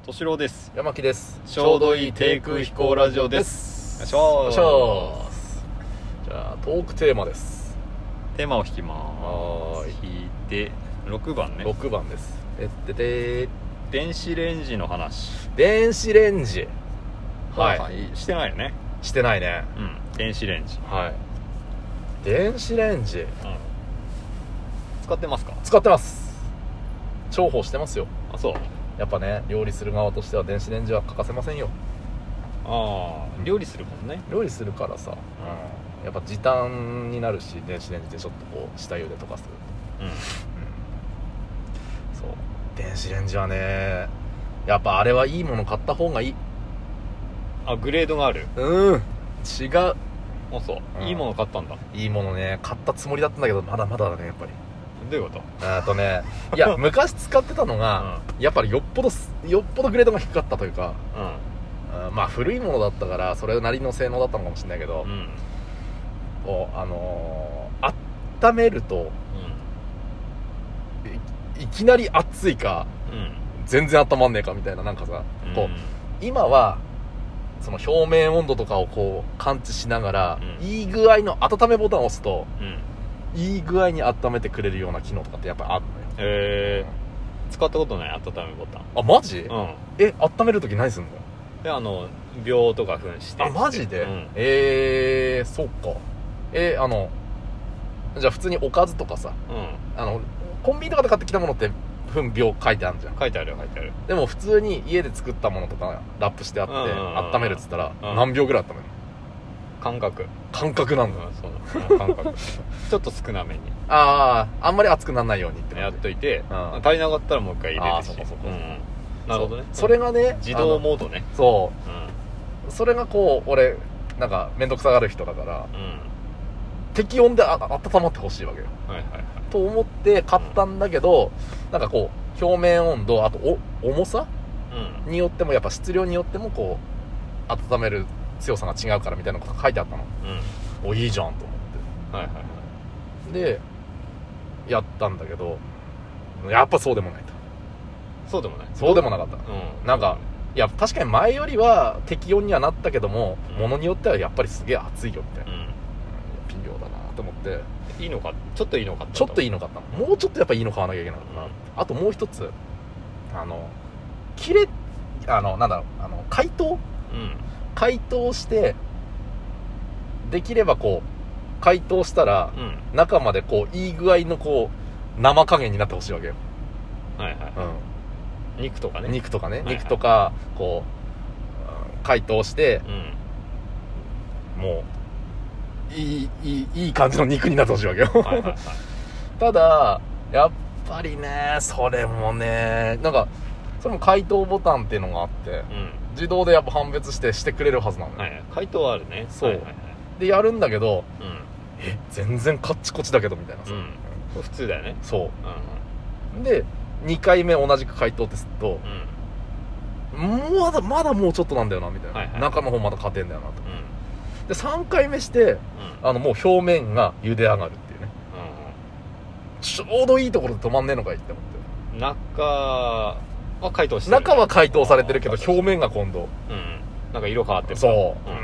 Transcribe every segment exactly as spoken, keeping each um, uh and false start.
敏郎です。 山木です。 ちょうどいい低空飛行ラジオです。 よいしょー。よいしょー。じゃあトークテーマです。 テーマを弾きまーす。弾いてろくばんね。 ろくばんです。えっててー電子レンジの話。 電子レンジ、はい、 はい、してないよね。 してないね。 うん。電子レンジ、 はい。電子レンジ、うん、 使ってますか？ 使ってます。重宝してますよ。 あ、そう。 やっぱね、料理する側としては電子レンジは欠かせませんよ。 ああ、料理するもんね。 料理するからさ、うん、やっぱ時短になるし、電子レンジでちょっとこう下茹でとかすると、うん、うん、そう、電子レンジはね、やっぱあれはいいもの買った方がいい。 あ、グレードがある。 うん、違う。 あ、そう、うん、いいもの買ったんだ。 いいものね、買ったつもりだったんだけど、まだまだだね、やっぱり。 どういうこと？ あとね、いや昔使ってたのが、うん、やっぱりよっぽどよっぽどグレードが低かったというか、うん、まあ古いものだったからそれなりの性能だったのかもしれないけど、うん、こうあのー、温めると、うん、い, いきなり熱いか、うん、全然温まんねえかみたいな、なんかさ、うん、こう今はその表面温度とかをこう感知しながら、うん、いい具合の温めボタンを押すと、うん、いい具合に温めてくれるような機能とかってやっぱりあるのよ。 へえ、うん、使ったことない、温めボタン。 あ、マジ？うん。え、温めるとき何すんの？ で、あの秒とか分して。 あ、マジで？うん、えー、そっか。えー、あのじゃあ普通におかずとかさ、うん、あのコンビニとかで買ってきたものって分秒書いてあるじゃん。 書いてあるよ、書いてある。 でも普通に家で作ったものとかラップしてあって、うんうんうん、温めるっつったら、うん、何秒ぐらい温めるの？感覚感覚なんだ、うん、そう感覚ちょっと少なめに、 ああ、あんまり熱くならないようにってやっといて、うん、足りなかったらもう一回入れるし。あ、そうかそうか、うん、なるほどね。 そ, それがね、 自動モードね。 そう、うん、それがこう俺なんか面倒くさがる人だから、うん、適温であ温まってほしいわけよ、はいはいはい、と思って買ったんだけど、うん、なんかこう表面温度、あとお重さ、うん、によってもやっぱ質量によってもこう温める強さが違うからみたいなこと書いてあったの、うん、お、いいじゃんと思って、はいはいはい、でやったんだけど、やっぱそうでもないと。 そうでもないそうでもなかった、うん、なんか、いや確かに前よりは適温にはなったけども、うん、ものによってはやっぱりすげえ熱いよみたいな、うん、微妙だなと思って。 いいのか、ちょっといいのかった、 ちょっといいのかった、もうちょっとやっぱいいの買わなきゃいけなかったな、うん、あともう一つ、あの切れあのなんだろう、あの解凍、うん、解凍してできればこう解凍したら、うん、中までこういい具合のこう生加減になってほしいわけよ。はいはい、 うん、肉とかね肉とかね、はいはい、肉とかこう解凍して、うん、もういいいいいい感じの肉になってほしいわけよ。はいはい、はい、ただやっぱりね、それもね、なんかそれも解凍ボタンっていうのがあって、うん、自動でやっぱ判別してしてくれるはずなのよ、はい、 解凍はあるね。 そう、はいはいはい、でやるんだけど、うん、え全然カッチコチだけどみたいなさ、 うん、普通だよね。 そう、うん、でにかいめ同じく解凍ってすると、うん、まだまだもうちょっとなんだよなみたいな、はいはい、中の方まだ硬いんだよなと、うん、でさんかいめして、うん、あのもう表面が茹で上がるっていうね、うん、ちょうどいいところで止まんねえのかいって思って。 中は解凍してる、ね、 中は解凍されてるけど表面が今度、 うん、なんか色変わってる。 そう、うん、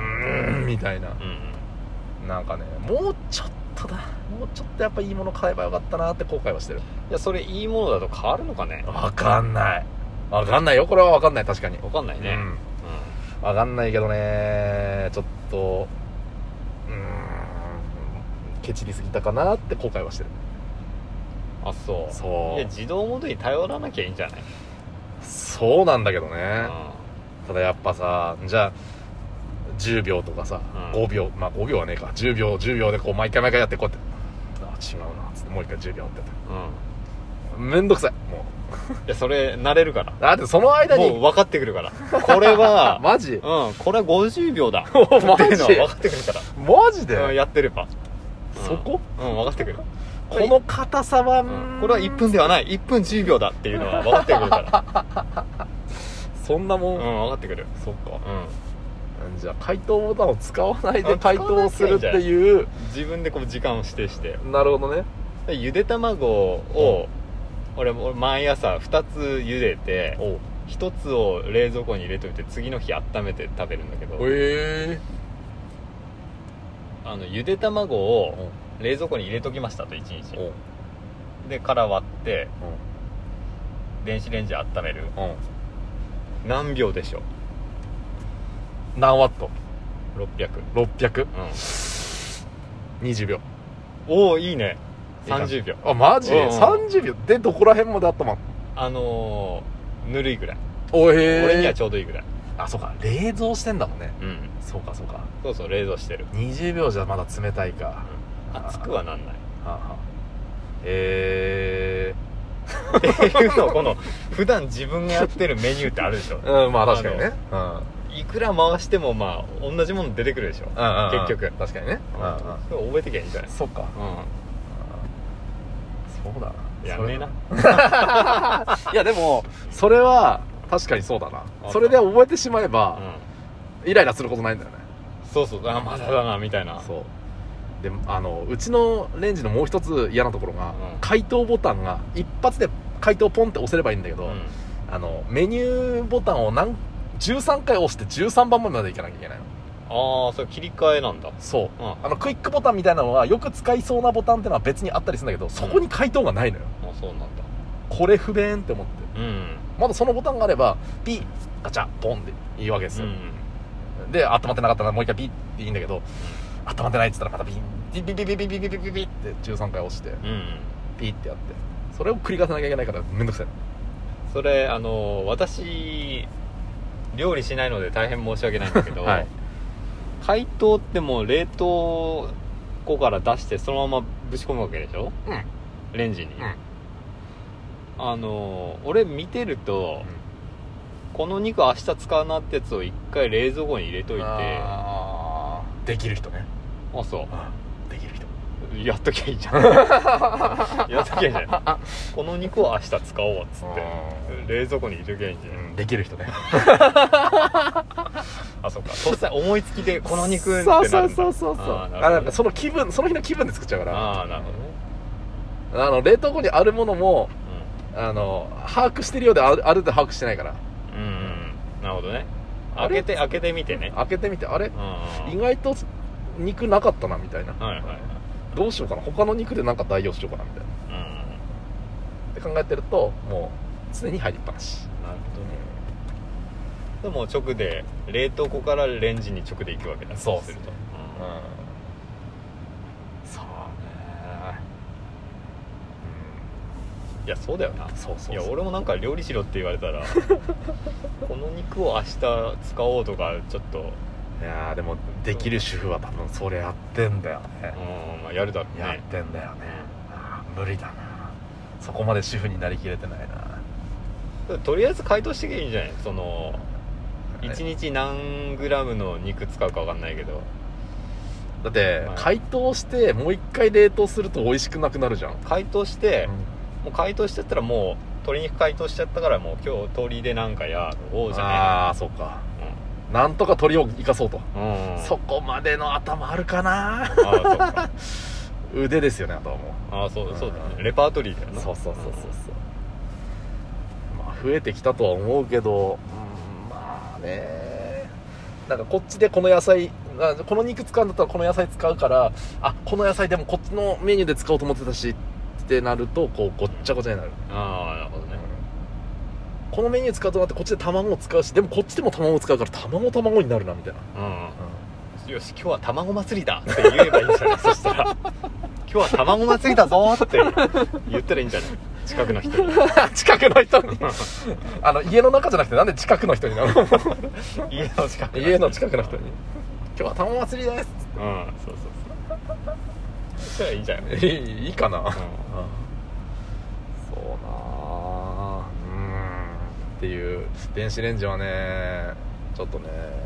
うーんみたいな、うん、なんかね、もうちょっとだ、もうちょっとやっぱいいもの買えばよかったなって後悔はしてる。 いや、それいいものだと変わるのかね。 わかんないわかんないよ、これはわかんない。確かにわかんないね、うん、 うん、わかんないけどね、ちょっとうーんケチりすぎたかなって後悔はしてる。 あ、そう。 そう、 いや、自動モードに頼らなきゃいいんじゃない。 そうなんだけどね、うん、ただやっぱさ、じゃあじゅうびょうとかさ、うん、ごびょう、まあごびょうはねえか、じゅうびょうじゅうびょうでこう毎回毎回やってこうやって、あ違うなっつってもう一回じゅうびょうってやって、うん、めんどくさいもう。いや、それ慣れるから。 だってその間にもう分かってくるから、これはマジ、 うん、これはごじゅうびょうだっていうのは分かってくるから。 マジで、 うん、やってれば、 うん、そこ、 うん、分かってくる。 この硬さは、うん、 これはいっぷんではない、いっぷんじゅうびょうだっていうのは分かってくるからそんなもん、うん、 分かってくる。 そっか、うん、じゃあ解凍ボタンを使わないで解凍するっていう、 自分でこう時間を指定して。 なるほどね。 ゆで卵を、うん、俺俺毎朝ふたつ茹でて一つを冷蔵庫に入れといて次の日温めて食べるんだけど、 へえあのゆで卵を冷蔵庫に入れときましたといちにちで殻割って電子レンジで温める、何秒でしょう？ 何ワット？ ろっぴゃく。 ろっぴゃく？ うん、 にじゅうびょう。 おおいいね。さんじゅうびょう。 あマジ？ うんうん、 さんじゅうびょうでどこら辺まで温まんの？ あのー、ぬるいぐらい。 おへえ。 俺にはちょうどいいぐらい。 あそうか冷蔵してんだもんね。 うんそうかそうか。 そうそう冷蔵してる。 にじゅうびょうじゃまだ冷たいか、 うん、熱くはなんない。 はあはあ、へえっていうのをこの普段自分がやってるメニューってあるでしょ。 うんまあ確かにね、 うん、いくら回してもまあ同じもの出てくるでしょ、うんうんうん、結局確かにね、うんうん、 それ覚えてきゃいいんじゃない？ そうか、うん、そうだなやめないやでもそれは確かにそうだな。それで覚えてしまえば、うん、イライラすることないんだよね。 そうそうあまだだなみたいな。 そうであのうちのレンジのもう一つ嫌なところが、うん、解凍ボタンが一発で解凍ポンって押せればいいんだけど、うん、あのメニューボタンを何じゅうさんかい押してじゅうさんばんまでいかなきゃいけないの。 ああそれ切り替えなんだ。 そう、うん、あのクイックボタンみたいなのはよく使いそうなボタンってのは別にあったりするんだけど、そこに解凍がないのよ、 うん、あそうなんだ。 これ不便って思って、うん、まだそのボタンがあればピッガチャポンでいいわけですよ、うん、で温まってなかったらもう一回ピッっていいんだけど、うん、温まってないって言ったらまたピンピピピピピピピピピピってじゅうさんかい押して、うん、ピッってやってそれを繰り返さなきゃいけないからめんどくさい。 それあの私料理しないので大変申し訳ないんだけど、はい、解凍ってもう冷凍庫から出してそのままぶち込むわけでしょ、うん、レンジに、うん、あの俺見てると、うん、この肉明日使うなってやつを一回冷蔵庫に入れといて、 あできる人ね。 あそう、 あできる人やっときゃいいじゃんやっときゃいいじゃんこの肉を明日使おうっつって冷蔵庫に入れときゃいいんじゃん、うん、 できる人ねあそうかとっさ思いつきでこの肉ってなるんだ。そうそうそうそうあ、ね、あなんかその気分その日の気分で作っちゃうから。 ああなるほどね。 あの冷凍庫にあるものも、うん、あの把握してるようである程度把握してないから。 うんうんなるほどね。開けて開けてみてね。 開けてみてあれ、うん、意外と肉なかったなみたいな、 はいはいはい、 どうしようかな他の肉でなんか代用しようかなみたいな、うん、って考えてるともう常に入りっぱなし。 なるほどね。でも直で冷凍庫からレンジに直で行くわけだ。 そうすると、 うんうん、 そうね、 うん、いやそうだよな。 そうそうそう。 いや俺もなんか料理しろって言われたらこの肉を明日使おうとかちょっと。 いやでもできる主婦は多分それやってんだよね。 うん、まあ、やるだろうね。 やってんだよね、うん、無理だなそこまで主婦になりきれてないな。 とりあえず解凍してきゃいいんじゃない？そのいちにち何グラムの肉使うか分かんないけどだって、まあ、解凍してもう一回冷凍すると美味しくなくなるじゃん。 解凍して、うん、もう解凍しちゃったらもう鶏肉解凍しちゃったからもう今日鶏でなんかやろうじゃねえ。 ああそうか、うん、なんとか鶏を生かそうと、 うん、 そこまでの頭あるかな。あそうか腕ですよねあとはもう。 ああそうそうだね、レパートリーだよな。 そうそうそうそうそう、まあ増えてきたとは思うけど、うん、まあねなんかこっちでこの野菜この肉使うんだったらこの野菜使うからあこの野菜でもこっちのメニューで使おうと思ってたしってなるとこうごっちゃごちゃになる。 ああなるほどね、 うん、このメニュー使うとなってこっちで卵を使うしでもこっちでも卵を使うから卵卵になるなみたいな、うんうん、よし今日は卵祭りだって言えばいいんじゃないそしたら今日は卵祭りだぞって言ったらいいんじゃない近くの人に近くの人にあの家の中じゃなくてなんで近くの人になるの家の近くの人に家の近くの人に今日は卵祭りですっつって、 うんそうそうそうそしたらいいんじゃないいいいいかな、うん、そうなうんっていう電子レンジはねちょっとね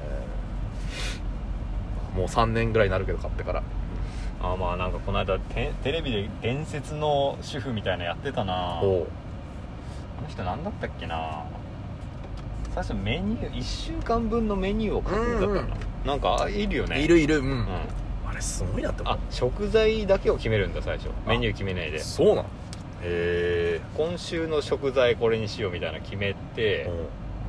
もうさんねんぐらいになるけど買ってから。 あまあなんかこの間テレビで伝説の主婦みたいなやってたな。おあの人何だったっけな。最初メニューいっしゅうかんぶんのメニューを書くんだったな、うんうん、なんかいるよね。 いるいる、うんうん、あれすごいなって思う。 あ食材だけを決めるんだ最初メニュー決めないで。 そうなの。へえ。 今週の食材これにしようみたいな決めて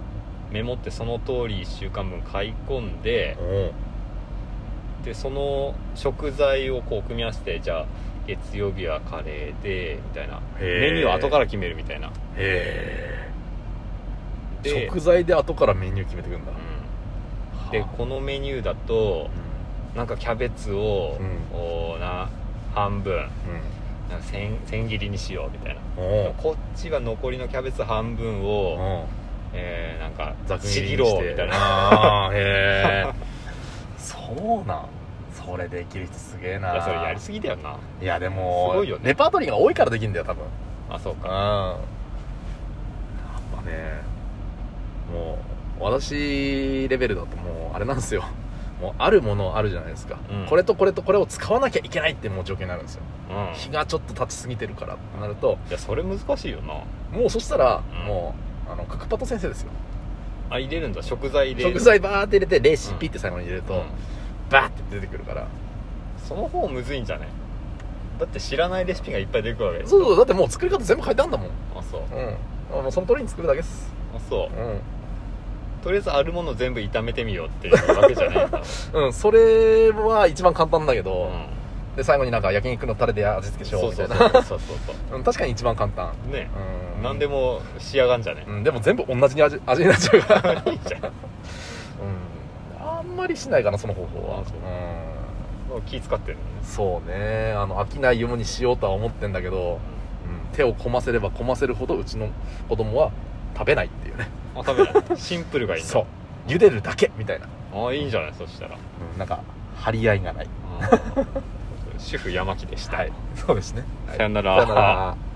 メモってその通りいっしゅうかんぶん買い込んで、でその食材をこう組み合わせて、じゃあ月曜日はカレーでみたいな、メニューを後から決めるみたいな。 へえ。食材で後からメニュー決めてくるんだ、 うん、でこのメニューだと、うん、なんかキャベツを、うん、な半分、うん、なんか 千, 千切りにしようみたいな。こっちは残りのキャベツ半分を、えー、なんかちぎろうみたいな。 あへえそうなん、それできる人すげえな。 いやそれやりすぎだよな。 いやでもすごいよね、 レパートリーが多いからできるんだよ多分。 あそうか。 うん、やっぱね、もう私レベルだともうあれなんですよ、もうあるものあるじゃないですか、うん、これとこれとこれを使わなきゃいけないってもう状況になるんですよ、うん、日がちょっと経ちすぎてるからってなると、 いやそれ難しいよな。 もうそしたら、うん、もうあのクックパッド先生ですよ。 あ入れるんだ、食材入れる、 食材バーって入れてレシピって最後に入れると、うん、バーって出てくるから。 その方むずいんじゃない？だって知らないレシピがいっぱい出てくるわけ。 そうそう、だってもう作り方全部書いてあるんだもん。 あそう、 うん、もうその通りに作るだけです。 あそう、うん、とりあえずあるもの全部炒めてみようっていうわけじゃないんだうん、それは一番簡単だけど、うん、で最後になんか焼肉のタレで味付けしようみたいな。そうそうそうそう確かに一番簡単ね、うん、何でも仕上がんじゃね、 うん、でも全部同じに 味, 味になっちゃうからいいじゃん、うん、あんまりしないかなその方法は。 うん、気使ってるのね。 そうね、あの飽きないようにしようとは思ってんだけど、うん、手を込ませれば込ませるほどうちの子供は食べないっていうね。 あ食べないシンプルがいいんだ。 そう茹でるだけみたいな。 ああいいんじゃない、そしたら、 うん、なんか張り合いがない主婦山木でした。 はいそうですね、はい、 さよなら。 さよなら。